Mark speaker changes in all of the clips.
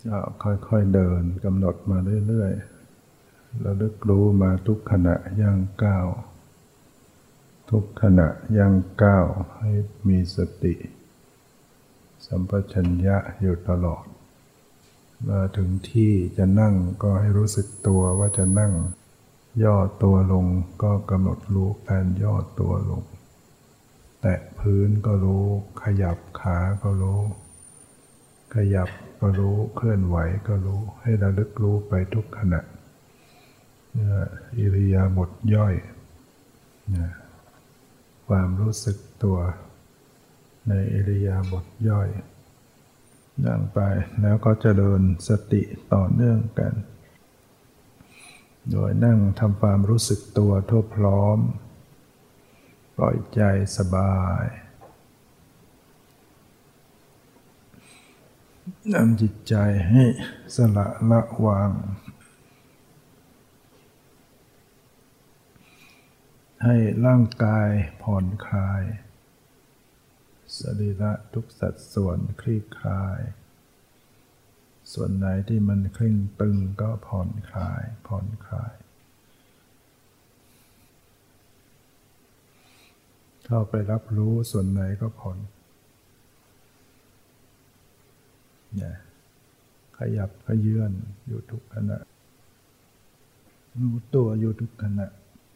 Speaker 1: ก็ค่อยๆเดินกำหนดมาเรื่อยๆระลึกรู้มาทุกขณะย่างก้าวทุกขณะย่างก้าวให้มีสติสัมปชัญญะอยู่ตลอดมาถึงที่จะนั่งก็ให้รู้สึกตัวว่าจะนั่งย่อตัวลงก็กำหนดรู้การย่อตัวลงแตะพื้นก็รู้ขยับขาก็รู้ขยับก็รู้เคลื่อนไหวก็รู้ให้ระลึกรู้ไปทุกขณะอิริยาบถย่อยความรู้สึกตัวในอิริยาบถย่อยนั่งไปแล้วก็เจริญสติต่อเนื่องกันโดยนั่งทำความรู้สึกตัวทั่วพร้อมปล่อยใจสบายนำจิตใจให้สละละวางให้ร่างกายผ่อนคลายสรีระทุกสัดส่วนคลี่คลายส่วนไหนที่มันเคร่งตึงก็ผ่อนคลายเข้าไปรับรู้ส่วนไหนก็ผ่อนขยับขยื่นอยู่ทุกขณะรู้ตัวอยู่ทุกขณะ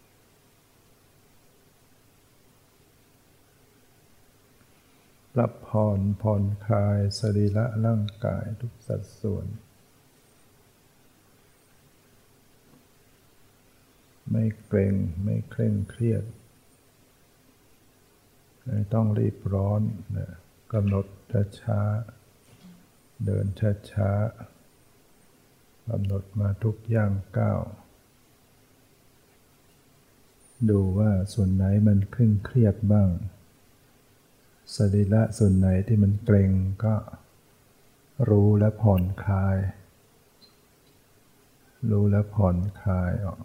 Speaker 1: รับผ่อนคลายสรีระร่างกายทุกสัดส่วนไม่เกร็งไม่เคร่งเครียดไม่ต้องรีบร้อนกำหนดช้าๆเดินช้าๆกำหนดมาทุกย่างก้าวดูว่าส่วนไหนมันเคร่งเครียดบ้างสรีระส่วนไหนที่มันเกร็งก็รู้และผ่อนคลายรู้และผ่อนคลายออก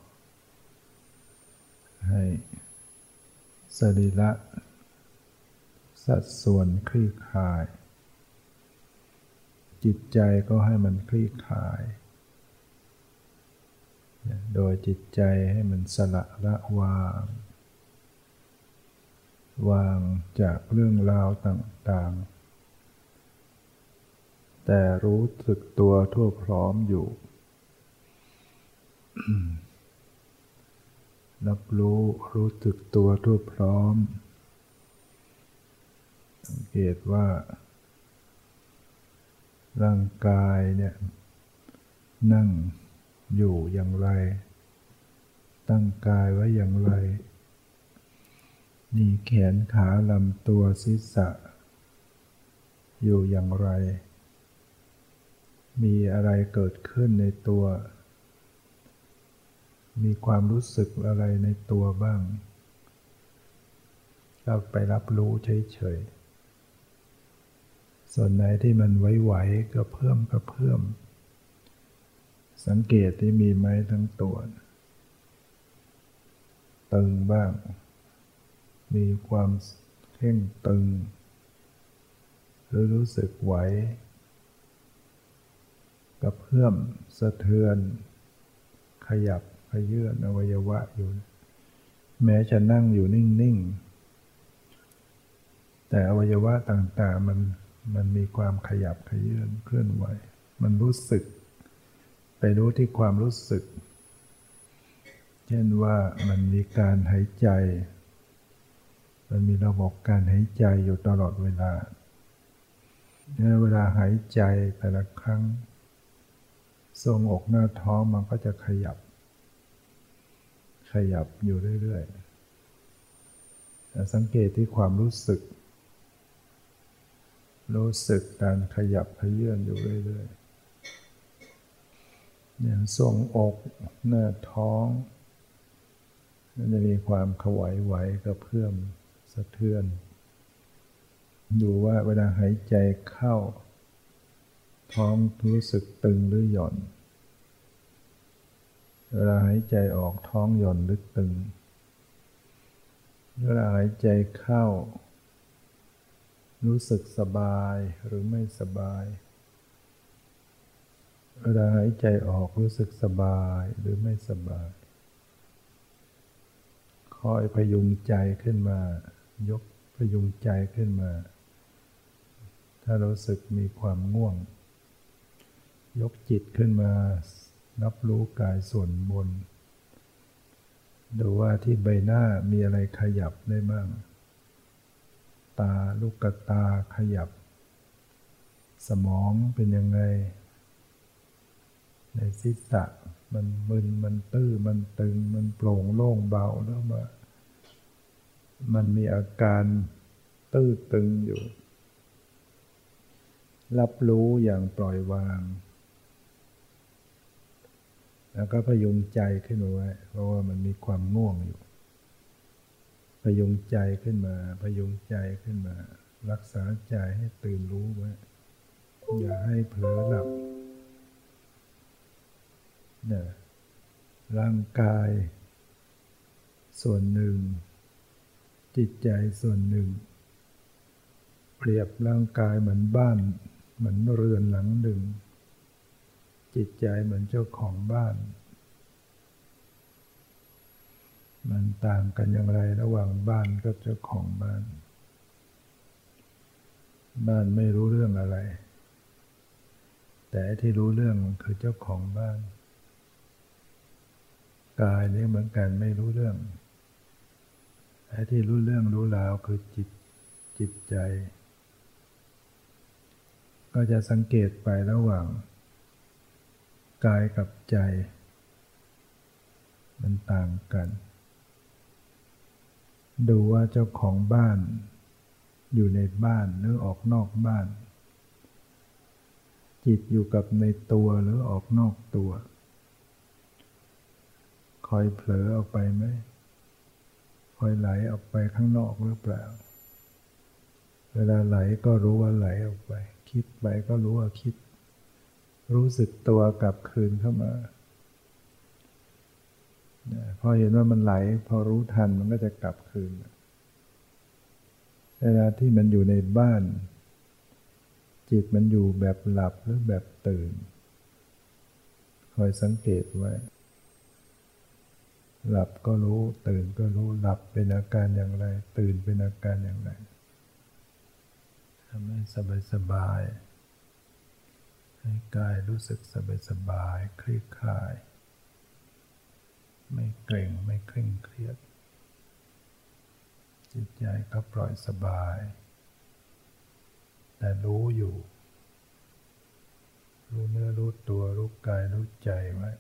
Speaker 1: ให้สรีระสัดส่วนคลี่คลายจิตใจก็ให้มันคลี่คลายโดยจิตใจให้มันสละละวางจากเรื่องราวต่างๆแต่รู้สึกตัวทั่วพร้อมอยู่รับรู้สึกตัวทั่วพร้อมสังเกตว่าร่างกายเนี่ยนั่งอยู่อย่างไรตั้งกายไว้อย่างไรนี่แขนขาลำตัวศีรษะอยู่อย่างไรมีอะไรเกิดขึ้นในตัวมีความรู้สึกอะไรในตัวบ้างเราไปรับรู้เฉยๆส่วนไหนที่มันไหวๆก็เพิ่มสังเกตที่มีไหมทั้งตัวตึงบ้างมีความเข่งตึงหรือรู้สึกไหวกระเพื่อมสะเทือนขยับขยื่นอวัยวะอยู่แม้จะนั่งอยู่นิ่งๆแต่อวัยวะต่างๆมันมีความขยับขยื่นเคลื่อนไหวมันรู้สึกไปรู้ที่ความรู้สึกเช่นว่ามันมีการหายใจมันมีระบบการหายใจอยู่ตลอดเวลาเวลาหายใจแต่ละครั้งทรวงอกหน้าท้องมันก็จะขยับอยู่เรื่อยๆสังเกตที่ความรู้สึกการขยับขยื่นอยู่เรื่อยๆเนี่ยทรวงอกหน้าท้องมันจะมีความขวัญไหวกระเพื่อมสะเทือนดูว่าเวลาหายใจเข้าท้องรู้สึกตึงหรือหย่อนเวลาหายใจออกท้องหย่อนหรือตึงเวลาหายใจเข้ารู้สึกสบายหรือไม่สบายเวลาหายใจออกรู้สึกสบายหรือไม่สบายคอยพยุงใจขึ้นมายกพยุงใจขึ้นมาถ้ารู้สึกมีความง่วงยกจิตขึ้นมารับรู้กายส่วนบนดูว่าที่ใบหน้ามีอะไรขยับได้บ้างตาลูกตาขยับสมองเป็นยังไงในศีรษะมันมึนมันตื้อมันตึงมันโปร่งโล่งเบาแล้วมันมีอาการตื้อตึงอยู่รับรู้อย่างปล่อยวางแล้วก็พยุงใจขึ้นมาไว้เพราะว่ามันมีความง่วงอยู่พยุงใจขึ้นมาพยุงใจขึ้นมารักษาใจให้ตื่นรู้ไว้อย่าให้เผลอหลับเนี่ยร่างกายส่วนหนึ่งจิตใจส่วนหนึ่งเปรียบร่างกายเหมือนบ้านเหมือนเรือนหลังหนึ่งจิตใจเหมือนเจ้าของบ้านมันต่างกันอย่างไรระหว่างบ้านกับเจ้าของบ้านบ้านไม่รู้เรื่องอะไรแต่ที่รู้เรื่องคือเจ้าของบ้านกายนี่เหมือนกันไม่รู้เรื่องไอ้ที่รู้เรื่องรู้ราวคือจิตใจก็จะสังเกตไประหว่างกายกับใจมันต่างกันดูว่าเจ้าของบ้านอยู่ในบ้านหรือออกนอกบ้านจิตอยู่กับในตัวหรือออกนอกตัวคอยเผลอออกไปไหมคอยไหลออกไปข้างนอกหรือเปล่าเวลาไหลก็รู้ว่าไหลออกไปคิดไปก็รู้ว่าคิดรู้สึกตัวกลับคืนเข้ามาพอเห็นว่ามันไหลพอรู้ทันมันก็จะกลับคืนเวลาที่มันอยู่ในบ้านจิตมันอยู่แบบหลับหรือแบบตื่นคอยสังเกตไว้หลับก็รู้ตื่นก็รู้หลับเป็นอาการอย่างไรตื่นเป็นอาการอย่างไรทำให้สบายให้กายรู้สึกสบายคลี่คลายไม่เกร็งไม่เคร่งเครียดจิตใจก็ปล่อยสบายแต่รู้อยู่รู้เนื้อรู้ตัวรู้กายรู้ใจไว้